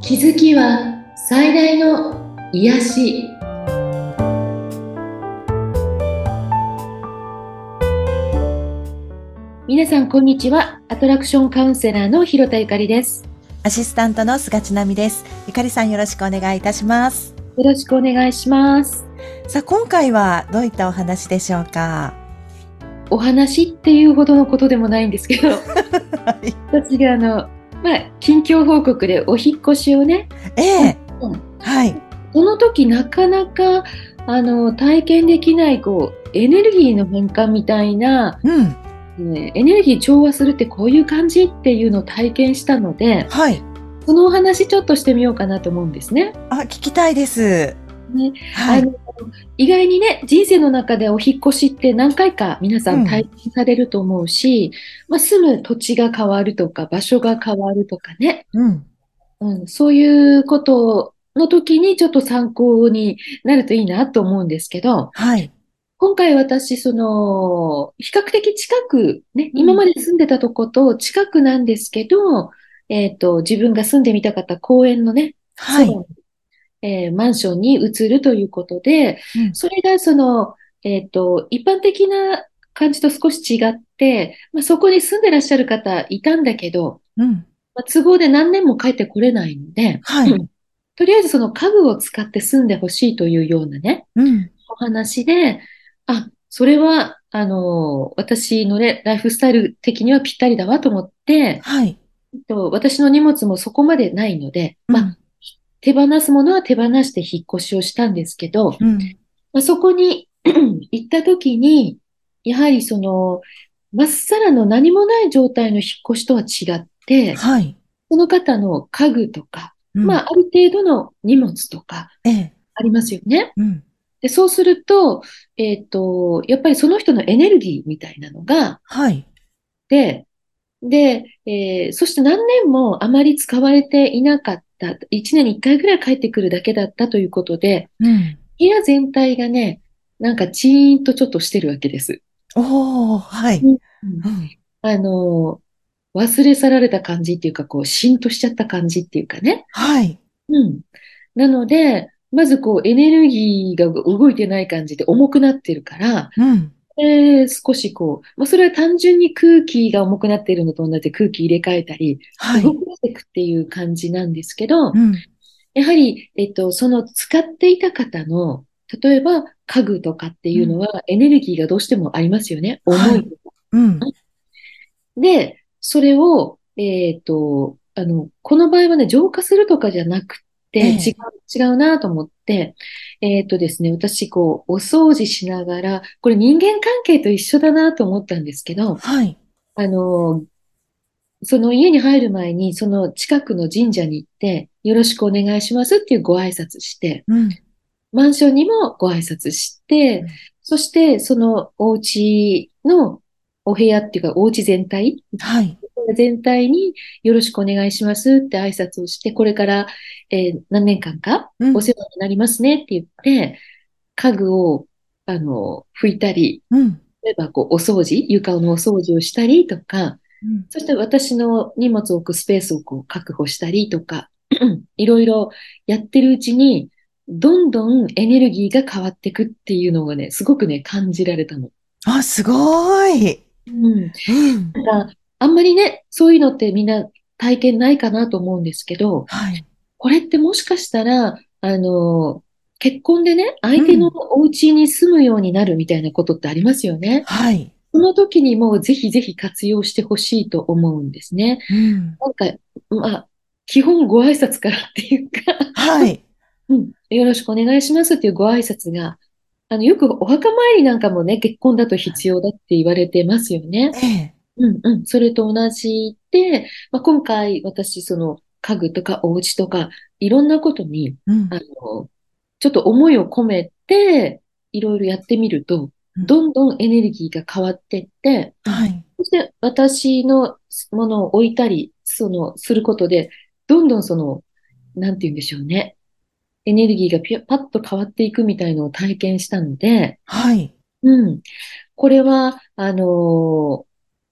気づきは最大の癒し。皆さんこんにちは。アトラクションカウンセラーの広田ゆかりです。 アシスタントの菅千奈美です。ゆかりさん、よろしくお願いいたします。 よろしくお願いします。 さあ、今回はどういったお話でしょうか？ お話っていうほどのことでもないんですけど、 はい、 私が近況報告でお引っ越しをね、 はい。 その時なかなか体験できないエネルギーの変換みたいな、エネルギー調和するってこういう感じっていうのを体験したので、 はい。 そのお話ちょっとしてみようかなと思うんですね。 聞きたいです。 ね、 はい。 意外にね、人生の中でお引っ越しって何回か皆さん体験されると思うし、住む土地が変わるとか場所が変わるとかね、そういうことの時にちょっと参考になるといいなと思うんですけど、 はい。 今回私、比較的近く、ね、今まで住んでたとこと近くなんですけど、自分が住んでみたかった公園のね、 はい。 そばの、マンションに移るということで、それが一般的な感じと少し違って、そこに住んでらっしゃる方いたんだけど、都合で何年も帰ってこれないので、 はい。 とりあえずその家具を使って住んでほしいというようなね、お話で、それは、私のね、ライフスタイル的にはぴったりだわと思って、 はい。 私の荷物もそこまでないので、手放すものは手放して引っ越しをしたんですけど、そこに行った時に、やはりまっさらの何もない状態の引っ越しとは違って、 はい。 その方の家具とか、ある程度の荷物とかええ。 ありますよね。で、そうすると、やっぱりその人のエネルギーみたいなのが、 はい。 で、そして何年もあまり使われていなかった、1年に1回ぐらい帰ってくるだけだったということで、部屋全体がね、なんかチーンとちょっとしてるわけです。 はい。 うんうんあの、忘れ去られた感じっていうか、シーンとしちゃった感じっていうかね。 はい。 うん。なので、まずエネルギーが動いてない感じで重くなってるから、少しそれは単純に空気が重くなっているのと同じで空気入れ替えたり、 はい。 動かしていくっていう感じなんですけど、やはり、その使っていた方の、例えば家具とかっていうのはエネルギーがどうしてもありますよね。 はい。 重い。で、それを、この場合はね、浄化するとかじゃなくて、違うなと思って、ですね、私、お掃除しながら、これ人間関係と一緒だなと思ったんですけど、 はい。 あの、その家に入る前に、その近くの神社に行って、よろしくお願いしますっていうご挨拶して、マンションにもご挨拶して、そしてそのお家のお部屋っていうか、お家はい。 全体によろしくお願いしますって挨拶をして、これから、何年間かお世話になりますねって言って、家具を拭いたり、例えばお掃除、床のお掃除をしたりとか、そして私の荷物を置くスペースを確保したりとか、いろいろやってるうちに、どんどんエネルギーが変わっていくっていうのがね、すごくね、感じられたの。 すごい。 うん。なんか、あんまりね、そういうのってみんな体験ないかなと思うんですけど、 はい。 これってもしかしたら、結婚でね、相手のお家に住むようになるみたいなことってありますよね。 はい。 その時にもぜひぜひ活用してほしいと思うんですね。なんか、まあ、基本ご挨拶からっていうかはい。 よろしくお願いしますっていうご挨拶が、よくお墓参りなんかもね、結婚だと必要だって言われてますよね。 ええ。 それと同じで、今回私、その家具とかお家とか、いろんなことに、ちょっと思いを込めて、いろいろやってみると、どんどんエネルギーが変わっていって、 はい。 そして私のものを置いたり、することで、どんどんなんて言うんでしょうね。エネルギーがパッと変わっていくみたいのを体験したので、 はい。 うん。これは、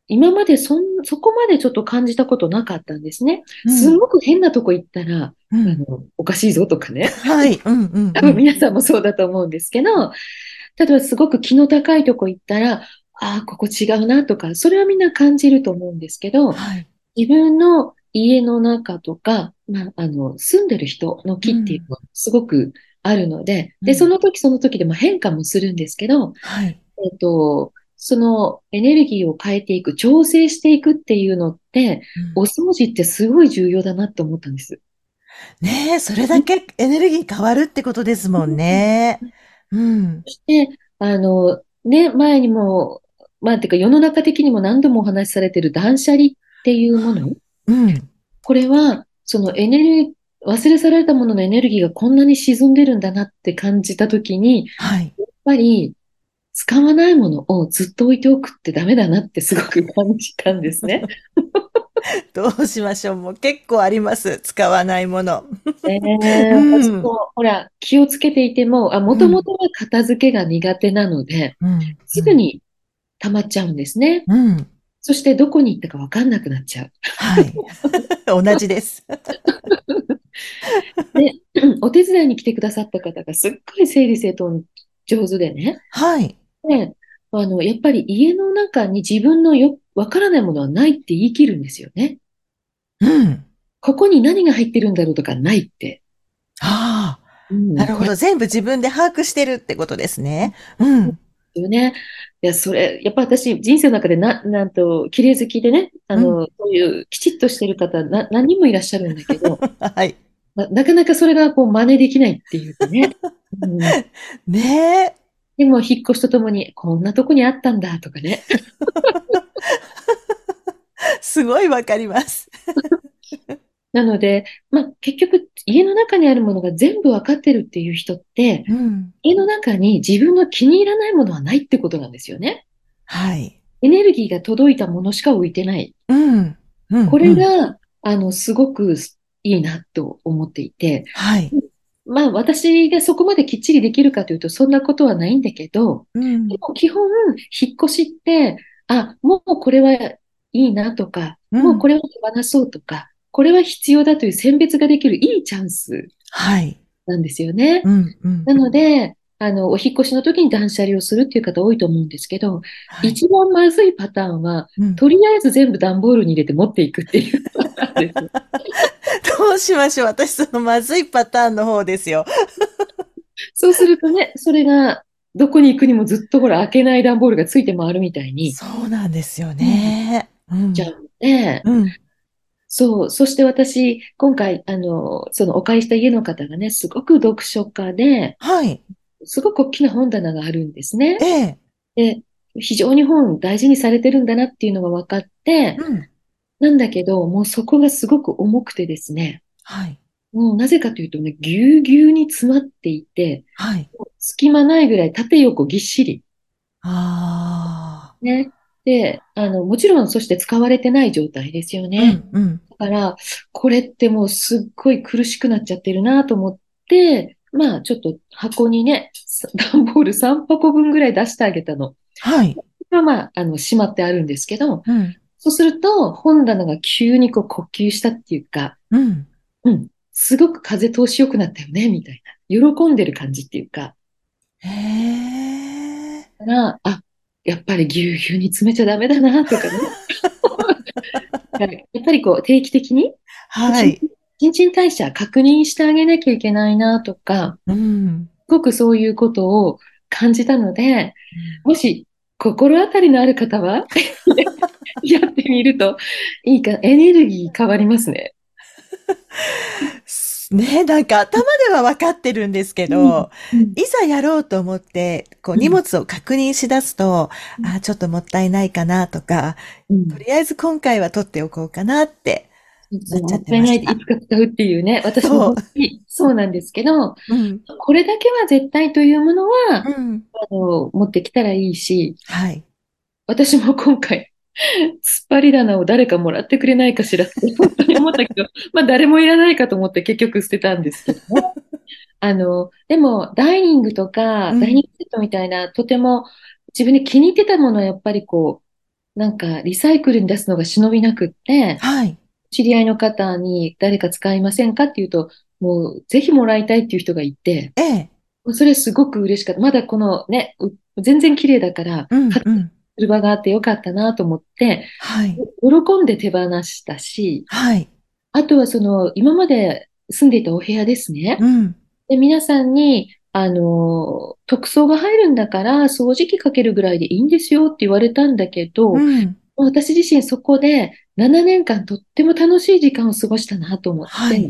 今までそこまでちょっと感じたことなかったんですね。 うん。 すごく変なとこ行ったら、 うん。 おかしいぞとかね。 はい。うんうん多うん。 分皆さんもそうだと思うんですけど、例えばすごく気の高いとこ行ったら、ああ、ここ違うなとか、それはみんな感じると思うんですけど、 はい。 自分の家の中とか、住んでる人の木っていううん。 のはすごくあるので、で、そうん。 の時その時でも変化もするんですけど、 はい。 そのエネルギーを変えていく、調整していくっていうのって、 うん。 お掃除ってすごい重要だなって思ったんです。 ねえ、それだけエネルギー変わるってことですもんね。うん。 そして、ね、前にも、てか世の中的にも何度もお話しされている断捨離っていうもの、 うん。 これは、そのエネルギー、忘れ去られたもののエネルギーがこんなに沈んでるんだなって感じたときに、 はい。 やっぱり使わないものをずっと置いておくってダメだなってすごく感じたんですね。 どうしましょう。もう結構あります。使わないもの。う私ん。 も、ほら、気をつけていても、もうん。 ともとは片付けが苦手なので、 うん。うん。 すぐに溜まっちゃうんですね。 うん。 そしてどこに行ったかわかんなくなっちゃう。 はい。同じです。 で、お手伝いに来てくださった方がすっごい整理整頓上手でね。 はい。 で、やっぱり家の中に自分のわからないものはないって言い切るんですよね。 うん。 ここに何が入ってるんだろうとかないって。 ああ、 うん、これなるほど。全部自分で把握してるってことですね。うん。 よね。いや、それ、やっぱ私、人生の中でなんと、綺麗好きでね、 うん。 そういうきちっとしてる方、何人もいらっしゃるんだけど、 はい。 なかなかそれがこう真似できないっていうかね。うん、 ねえ。 でも、引っ越しとともに、こんなとこにあったんだとかね。 すごいわかります。 なので、結局、家の中にあるものが全部わかってるっていう人って、 うん。 家の中に自分の気に入らないものはないってことなんですよね。 はい。 エネルギーが届いたものしか置いてない。 うん。うん。 こうん。 れが、すごくいいなと思っていて、 はい。 私がそこまできっちりできるかというと、そんなことはないんだけど、 うん。 でも基本、引っ越しって、もうこれはいいなとか、 うん。 もうこれは手放そうとか、これは必要だという選別ができるいいチャンスはい。 なんですよね。 うん。うん。 なので、お引っ越しの時に断捨離をするっていう方多いと思うんですけど、 はい。 一番まずいパターンは、 うん。 とりあえず全部段ボールに入れて持っていくっていうパターンです。 どうしましょう。私、そのまずいパターンの方ですよ。 そうするとね、それがどこに行くにもずっとほら開けない段ボールがついて回るみたいに、 そうなんですようん、 ね。うん。 じゃうので、 うん。 そう、そして私、今回、そのお借りした家の方がね、すごく読書家で、 はい。 すごく大きな本棚があるんですね。 ええ。 で、非常に本大事にされてるんだなっていうのが分かって、 うん。 なんだけど、もうそこがすごく重くてですね、 はい。 もうなぜかというとね、ぎゅうぎゅうに詰まっていて、 はい。 隙間ないぐらい縦横ぎっしり。 ああ。 ね。で、もちろんそして使われてない状態ですよね。 うん。うん。 だから、これってもうすっごい苦しくなっちゃってるなと思って、ちょっと箱にね、段ボール3箱分ぐらい出してあげたの。 はい。 しまってあるんですけど、 うん。 そうすると、本棚が急にこう呼吸したっていうか、 うん。 うん、すごく風通し良くなったよね、みたいな。喜んでる感じっていうか、 へえ。 だからやっぱりぎゅうぎゅうに詰めちゃダメだな、とかね。はい、やっぱりこう定期的に新はい。 新陳代謝確認してあげなきゃいけないなとか、 うん。 すごくそういうことを感じたので、 うん。 もし心当たりのある方はやってみるといいか、エネルギー変わりますね。 ね、なんか頭では分かってるんですけうん、 ど、 うん、 いざやろうと思って、こううん、 荷物を確認しだすと、あ、ちょっともったいないかなとか、 うん。 とりあえず今回は取っておこうかなってそう、 なっちゃっもったいないでいてました。 つか使うっていうね、私もそう。 本当にそうなんですけど、 うん。 これだけは絶対というものは、 うん。 持ってきたらいいし、 はい。 私も今回、突っ張り棚を誰かもらってくれないかしらって本当に思ったけど、誰もいらないかと思って結局捨てたんですけどね。でも、ダイニングとか、ダイニンうん。 グセットみたいな、とても自分で気に入ってたものはやっぱりこなんかリサイクルに出すのが忍びなくって、 はい。 知り合いの方に誰か使いませんかって言うと、もうぜひもらいたいっていう人がいて、 ええ。 それすごく嬉しかった。まだこのね、全然綺麗だから、 うん、 活躍うん。 する場があってよかったなと思って、 はい。 喜んで手放したし、 はい。 あとはその、今まで住んでいたお部屋ですね。 うん。 で、皆さんに、特捜が入るんだから、掃除機かけるぐらいでいいんですよって言われたんだけど、 うん。 私自身そこで7年間とっても楽しい時間を過ごしたなと思って、 はい。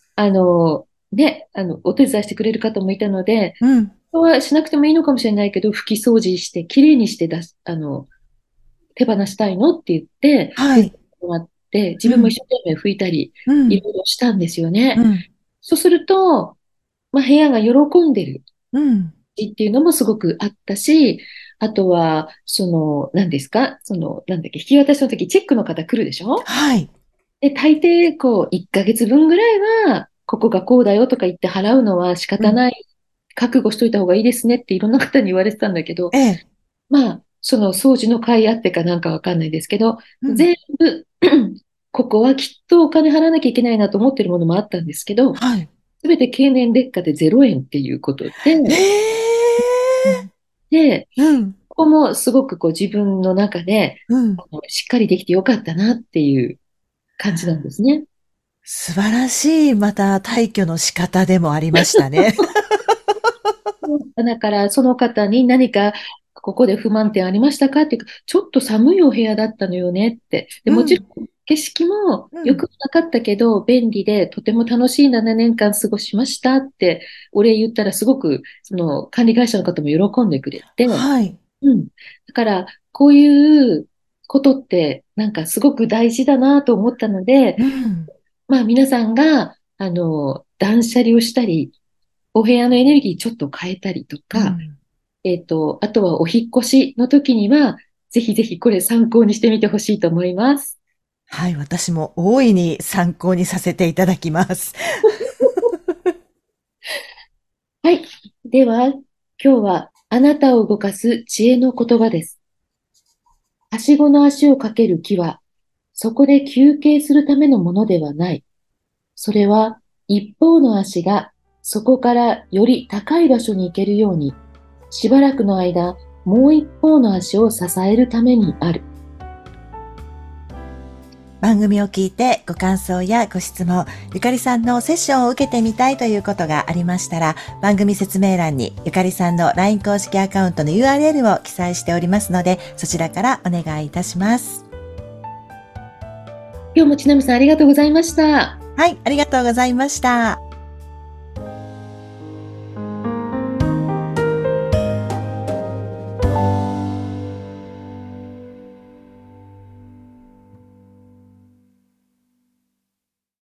お手伝いしてくれる方もいたので、 うん。 人はしなくてもいいのかもしれないけど、拭き掃除して、きれいにして手放したいのって言って、手伝っはい。 てもらって、自うん。 分も一生懸命拭いたり、 うん。 いろいろしたんですよね。 うん。 そうすると、まあ、部屋が喜んでるうん。 っていうのもすごくあったし、あとは、何ですかなんだっけ、引き渡しの時、チェックの方来るでしょ？ はい。 で、大抵、1ヶ月分ぐらいは、ここがこうだよとか言って払うのは仕うん。 方ない、覚悟しといた方がいいですねっていろんな方に言われてたんだけど、 ええ。 まあ、その掃除の甲斐あってかなんかわかんないですけど、 うん。 全部ここはきっとお金払わなきゃいけないなと思ってるものもあったんですけど、 はい。 すべて経年劣化で0円っていうことで、 ええ。 で、 うん。 ここもすごく自分の中で、 うん。 しっかりできてよかったなっていう感じなんですね。 素晴らしい、また退去の仕方でもありましたね。 だから、その方に何か、ここで不満点ありましたかっていうか、ちょっと寒いお部屋だったのよねって。で、 うん。 もちろん、景色もうん。 良くなかったけど、便利で、とても楽しい7年間過ごしましたって、お礼言ったら、すごく、その、管理会社の方も喜んでくれて、 はい。 うん。だから、こういうことって、なんかすごく大事だなと思ったので、 うん。 まあ皆さんが、断捨離をしたり、お部屋のエネルギーちょっと変えたりとか、 うん。 あとはお引っ越しの時には、ぜひぜひこれ参考にしてみてほしいと思います。 はい、私も大いに参考にさせていただきます。 はい。では、今日はあなたを動かす知恵の言葉です。はしごの足をかける木は、そこで休憩するためのものではない。それは一方の足がそこからより高い場所に行けるように、しばらくの間、もう一方の足を支えるためにある。 番組を聞いてご感想やご質問、ゆかりさんのセッションを受けてみたいということがありましたら、番組説明欄にゆかりさんの LINE 公式アカウントの URL を記載しておりますので、そちらからお願いいたします。 今日もちなみさんありがとうございました。 はい、ありがとうございました。